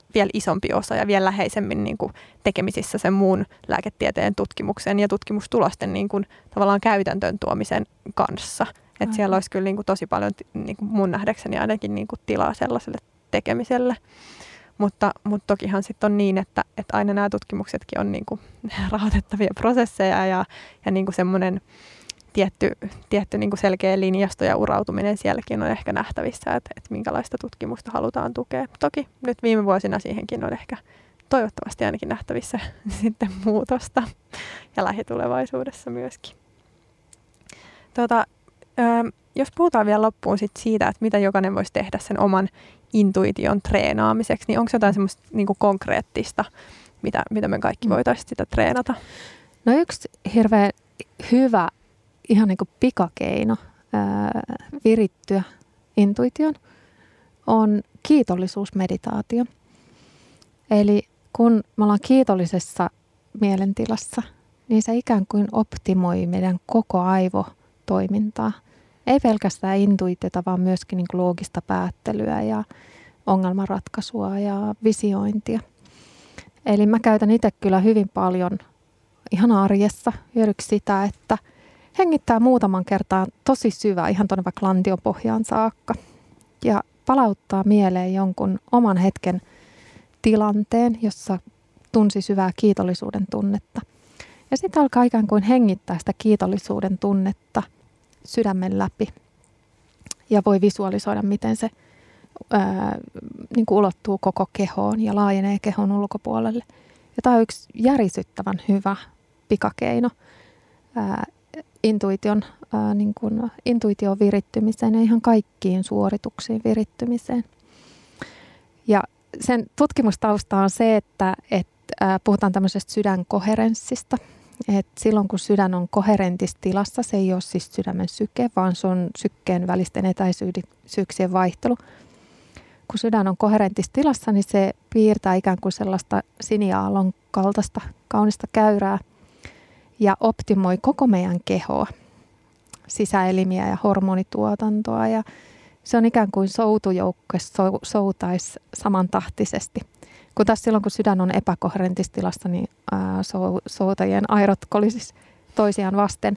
Speaker 2: vielä isompi osa ja vielä läheisemmin niin kuin tekemisissä sen muun lääketieteen tutkimuksen ja tutkimustulosten niin kuin tavallaan käytäntöön tuomisen kanssa. Että siellä olisi kyllä niin kuin tosi paljon niin kuin mun nähdäkseni ainakin niin kuin tilaa sellaiselle tekemiselle. Mutta tokihan sitten on niin, että aina nämä tutkimuksetkin on niin kuin rahoitettavia prosesseja ja niin kuin semmoinen tietty niin kuin selkeä linjasto ja urautuminen sielläkin on ehkä nähtävissä, että minkälaista tutkimusta halutaan tukea. Toki nyt viime vuosina siihenkin on ehkä toivottavasti ainakin nähtävissä sitten muutosta ja lähitulevaisuudessa myöskin. Jos puhutaan vielä loppuun siitä, että mitä jokainen voisi tehdä sen oman intuition treenaamiseksi, niin onko jotain semmoista niin kuin konkreettista, mitä me kaikki voitaisiin sitä treenata?
Speaker 3: No yksi hirveän hyvä ihan niin kuin pikakeino virittyä intuition on kiitollisuusmeditaatio. Eli kun me ollaan kiitollisessa mielentilassa, niin se ikään kuin optimoi meidän koko aivotoimintaa. Ei pelkästään intuitiota, vaan myöskin niin kuin loogista päättelyä ja ongelmanratkaisua ja visiointia. Eli mä käytän itse kyllä hyvin paljon ihan arjessa hyödyksi sitä, että hengittää muutaman kertaan tosi syvä, ihan tuonne vaikka lantiopohjaan saakka. Ja palauttaa mieleen jonkun oman hetken tilanteen, jossa tunsi syvää kiitollisuuden tunnetta. Ja sitten alkaa ikään kuin hengittää sitä kiitollisuuden tunnetta sydämen läpi. Ja voi visualisoida, miten se niin kuin ulottuu koko kehoon ja laajenee kehon ulkopuolelle. Ja tämä on yksi järisyttävän hyvä pikakeino intuition virittymiseen ja ihan kaikkiin suorituksiin virittymiseen. Ja sen tutkimustausta on se, että puhutaan tämmöisestä sydänkoherenssista. Että silloin kun sydän on koherentissa tilassa, se ei ole siis sydämen syke, vaan se on sykkeen välisten etäisyyksien vaihtelu. Kun sydän on koherentissa tilassa, niin se piirtää ikään kuin sellaista siniaallon kaltaista kaunista käyrää ja optimoi koko meidän kehoa, sisäelimiä ja hormonituotantoa. Ja se on ikään kuin soutujoukkue soutaisi samantahtisesti. Kun taas silloin, kun sydän on epäkoherentissa tilassa, niin soutajien airot kolisisi toisiaan vasten.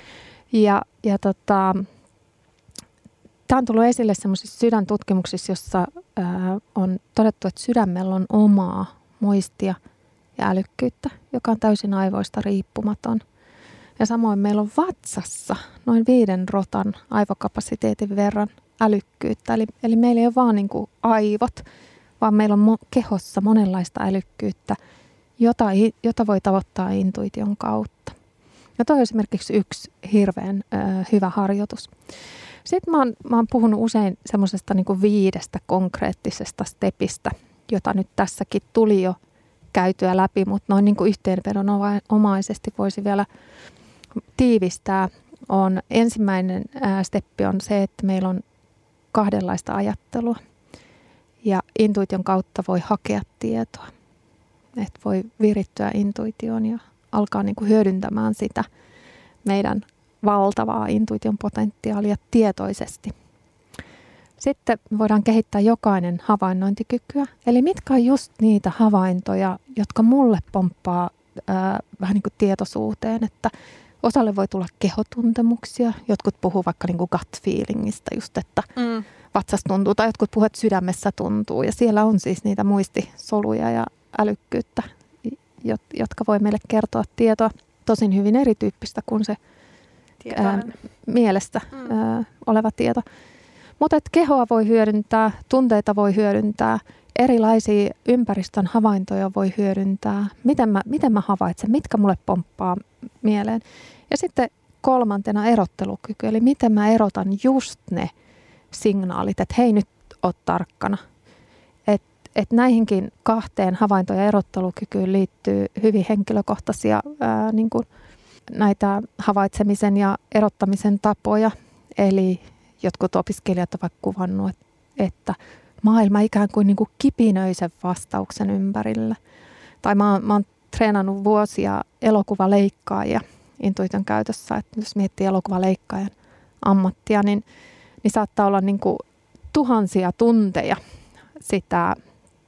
Speaker 3: Tämä on tullut esille sellaisissa sydäntutkimuksissa, jossa on todettu, että sydämellä on omaa muistia ja älykkyyttä, joka on täysin aivoista riippumaton. Ja samoin meillä on vatsassa noin 5 rotan aivokapasiteetin verran älykkyyttä. Eli meillä ei ole vaan niin kuin aivot, vaan meillä on kehossa monenlaista älykkyyttä, jota voi tavoittaa intuition kautta. Ja toi on esimerkiksi yksi hirveän hyvä harjoitus. Sitten mä oon puhunut usein semmoisesta niin kuin 5 konkreettisesta stepistä, jota nyt tässäkin tuli jo käytyä läpi, mutta noin niin kuin yhteenvedonomaisesti voisi vielä tiivistää. Ensimmäinen steppi on se, että meillä on 2 ajattelua ja intuition kautta voi hakea tietoa. Että voi virittyä intuitioon ja alkaa niin kuin hyödyntämään sitä meidän valtavaa intuition potentiaalia tietoisesti. Sitten voidaan kehittää jokainen havainnointikykyä. Eli mitkä on just niitä havaintoja, jotka mulle pomppaa vähän niin kuin tietoisuuteen, että osalle voi tulla kehotuntemuksia. Jotkut puhuu vaikka niin kuin gut feelingistä, just että vatsassa tuntuu, tai jotkut puhuu, että sydämessä tuntuu. Ja siellä on siis niitä muistisoluja ja älykkyyttä, jotka voi meille kertoa tietoa. Tosin hyvin erityyppistä kuin se mielestä oleva tieto. Mutta kehoa voi hyödyntää, tunteita voi hyödyntää, erilaisia ympäristön havaintoja voi hyödyntää. Miten mä havaitsen, mitkä mulle pomppaa mieleen. Ja sitten 3. erottelukyky, eli miten mä erotan just ne signaalit, että hei nyt oot tarkkana. Että näihinkin 2 havainto- ja erottelukykyyn liittyy hyvin henkilökohtaisia niin kuin näitä havaitsemisen ja erottamisen tapoja. Eli jotkut opiskelijat ovat kuvannut, että maailma ikään kuin, kipinöi sen vastauksen ympärillä. Tai mä oon treenannut vuosia elokuvaleikkaajia intuition käytössä. Että jos miettii elokuvaleikkaajan ammattia, niin saattaa olla niin kuin tuhansia tunteja sitä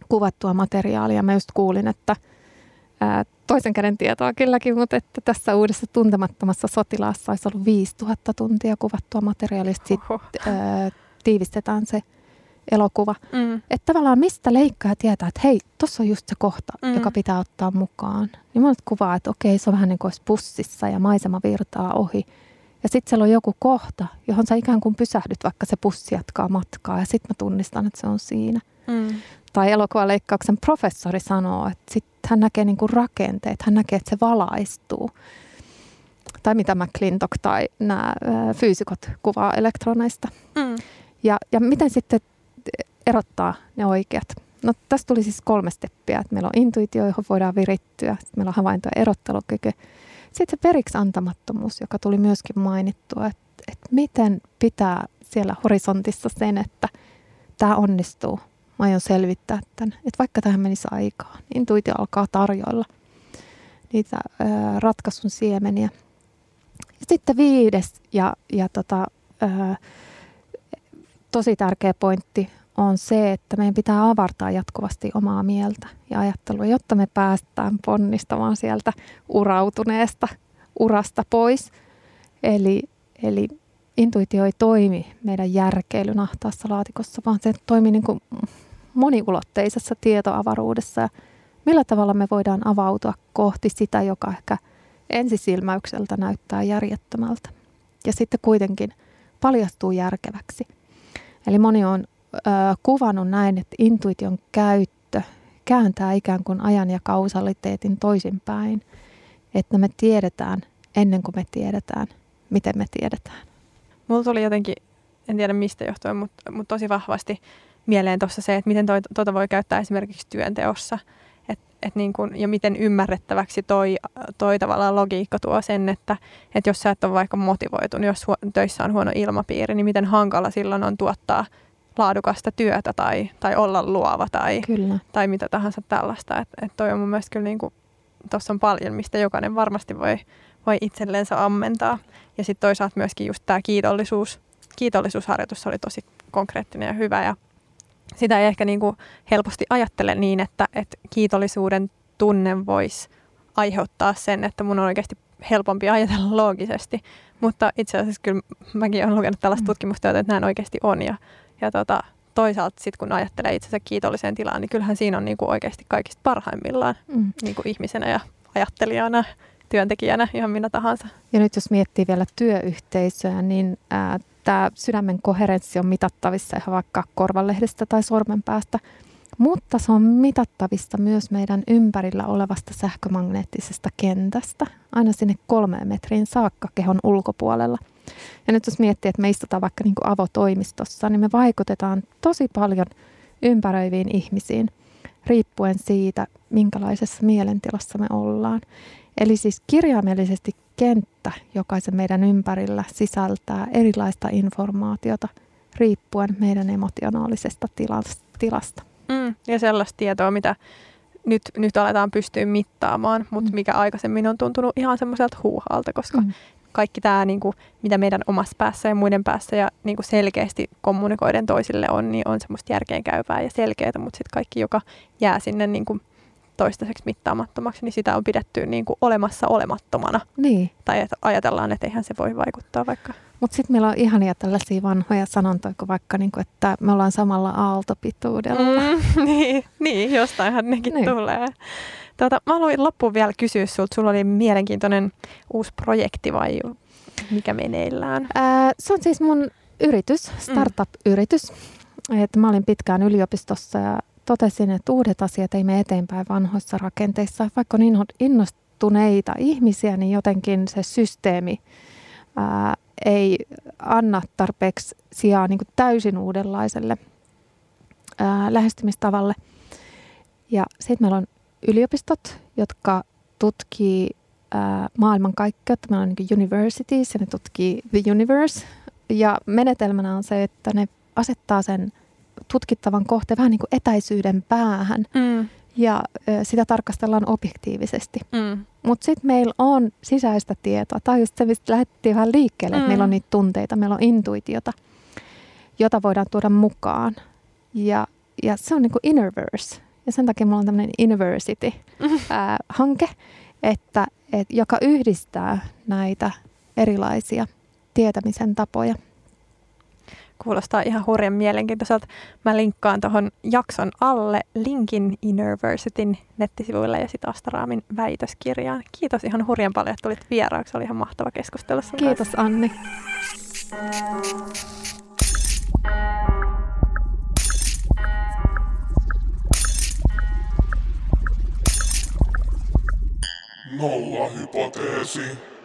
Speaker 3: kuvattua materiaalia. Mä just kuulin, että toisen käden tietoa kylläkin, mutta että tässä uudessa Tuntemattomassa sotilaassa olisi ollut 5000 tuntia kuvattua materiaalia. Sitten tiivistetään se elokuva. Että tavallaan mistä leikkaaja tietää, että hei, tuossa on just se kohta, joka pitää ottaa mukaan. Niin mä kuvaa, että okei, se on vähän niin kuin olisi bussissa ja maisema virtaa ohi. Ja sitten siellä on joku kohta, johon sä ikään kuin pysähdyt, vaikka se bussi jatkaa matkaa. Ja sitten mä tunnistan, että se on siinä. Tai elokuvaleikkauksen professori sanoo, että sitten hän näkee niinku rakenteet, hän näkee, että se valaistuu. Tai mitä McClintock tai nämä fyysikot kuvaa elektroneista. Ja miten sitten erottaa ne oikeat? No tässä tuli siis 3 steppiä. Että meillä on intuitio, johon voidaan virittyä. Sitten meillä on havainto- ja erottelukyky. Sitten se periksi antamattomuus, joka tuli myöskin mainittua. Että miten pitää siellä horisontissa sen, että tämä onnistuu. Mä aion selvittää tämän. Että vaikka tähän menisi aikaa, niin intuitio alkaa tarjoilla niitä ratkaisun siemeniä. Ja sitten 5. Tosi tärkeä pointti on se, että meidän pitää avartaa jatkuvasti omaa mieltä ja ajattelua, jotta me päästään ponnistamaan sieltä urautuneesta urasta pois. Eli intuitio ei toimi meidän järkeilyn ahtaassa laatikossa, vaan se toimii niin kuin moniulotteisessa tietoavaruudessa. Ja millä tavalla me voidaan avautua kohti sitä, joka ehkä ensisilmäykseltä näyttää järjettömältä. Ja sitten kuitenkin paljastuu järkeväksi. Eli moni on kuvannut näin, että intuition käyttö kääntää ikään kuin ajan ja kausaliteetin toisinpäin. Että me tiedetään ennen kuin me tiedetään, miten me tiedetään.
Speaker 2: Mulla tuli jotenkin, en tiedä mistä johtuen, mutta tosi vahvasti mieleen tuossa se, että miten tuota voi käyttää esimerkiksi työnteossa. Niin kun, ja miten ymmärrettäväksi toi tavallaan logiikka tuo sen, että jos sä et ole vaikka motivoitunut, jos töissä on huono ilmapiiri, niin miten hankala silloin on tuottaa laadukasta työtä tai olla luova tai mitä tahansa tällaista. Et toi on mun mielestä kyllä, niin tuossa on paljon, mistä jokainen varmasti voi itselleensä ammentaa. Ja sitten toisaalta myöskin just tämä kiitollisuusharjoitus oli tosi konkreettinen ja hyvä. Ja sitä ei ehkä niin kuin helposti ajattele niin, että kiitollisuuden tunne voisi aiheuttaa sen, että mun on oikeasti helpompi ajatella loogisesti. Mutta itse asiassa kyllä mäkin olen lukenut tällaista tutkimustyötä, että näin oikeasti on. Ja toisaalta sitten kun ajattelee itsensä kiitolliseen tilaan, niin kyllähän siinä on niin kuin oikeasti kaikista parhaimmillaan niin kuin ihmisenä ja ajattelijana, työntekijänä, ihan minä tahansa.
Speaker 3: Ja nyt jos miettii vielä työyhteisöä, niin tämä sydämen koherenssi on mitattavissa ihan vaikka korvanlehdestä tai sormenpäästä, mutta se on mitattavissa myös meidän ympärillä olevasta sähkömagneettisesta kentästä, aina sinne 3 metriin saakka kehon ulkopuolella. Ja nyt jos miettii, että me istutaan vaikka niin kuin avotoimistossa, niin me vaikutetaan tosi paljon ympäröiviin ihmisiin, riippuen siitä, minkälaisessa mielentilassa me ollaan. Eli siis kirjaimellisesti kenttä jokaisen meidän ympärillä sisältää erilaista informaatiota riippuen meidän emotionaalisesta tilasta.
Speaker 2: Ja sellaista tietoa, mitä nyt aletaan pystyä mittaamaan, mutta mikä aikaisemmin on tuntunut ihan semmoiselta huuhaalta, koska kaikki tämä, niinku, mitä meidän omassa päässä ja muiden päässä ja niinku selkeästi kommunikoiden toisille on, niin on semmoista järkeenkäyvää ja selkeää, mutta sitten kaikki, joka jää sinne niinku toistaiseksi mittaamattomaksi, niin sitä on pidetty niin kuin olemassa olemattomana.
Speaker 3: Niin.
Speaker 2: Tai että ajatellaan, että eihän se voi vaikuttaa vaikka.
Speaker 3: Mutta sitten meillä on ihania tällaisia vanhoja sanontoja, kuin vaikka, niin kuin, että me ollaan samalla aaltopituudella.
Speaker 2: Niin, jostainhan nekin tulee. Mä haluan loppuun vielä kysyä sulta. Sulla oli mielenkiintoinen uusi projekti vai mikä meneillään?
Speaker 3: Se on siis mun yritys, startup-yritys. Mä olin pitkään yliopistossa ja totesin, että uudet asiat ei mene eteenpäin vanhoissa rakenteissa. Vaikka on innostuneita ihmisiä, niin jotenkin se systeemi ei anna tarpeeksi sijaa niin kuin täysin uudenlaiselle lähestymistavalle. Ja sitten meillä on yliopistot, jotka tutkii maailmankaikkeutta. Meillä on niin kuin universities ja ne tutkii the universe. Ja menetelmänä on se, että ne asettaa sen tutkittavan kohteen vähän niin kuin etäisyyden päähän ja sitä tarkastellaan objektiivisesti. Mutta sitten meillä on sisäistä tietoa. Tämä on just se, mistä lähdettiin vähän liikkeelle, että meillä on niitä tunteita, meillä on intuitiota, jota voidaan tuoda mukaan. Ja se on niin kuin innerverse. Ja sen takia mulla on tämmöinen University-hanke, joka yhdistää näitä erilaisia tietämisen tapoja.
Speaker 2: Kuulostaa ihan hurjan mielenkiintoiselta. Mä linkkaan tuohon jakson alle linkin Universityn nettisivuille ja sitten Astraamin väitöskirjaan. Kiitos ihan hurjan paljon, että tulit vieraaksi. Oli ihan mahtava keskustella sun
Speaker 3: Kiitos
Speaker 2: kanssa.
Speaker 3: Anni.
Speaker 1: Nollahypoteesi.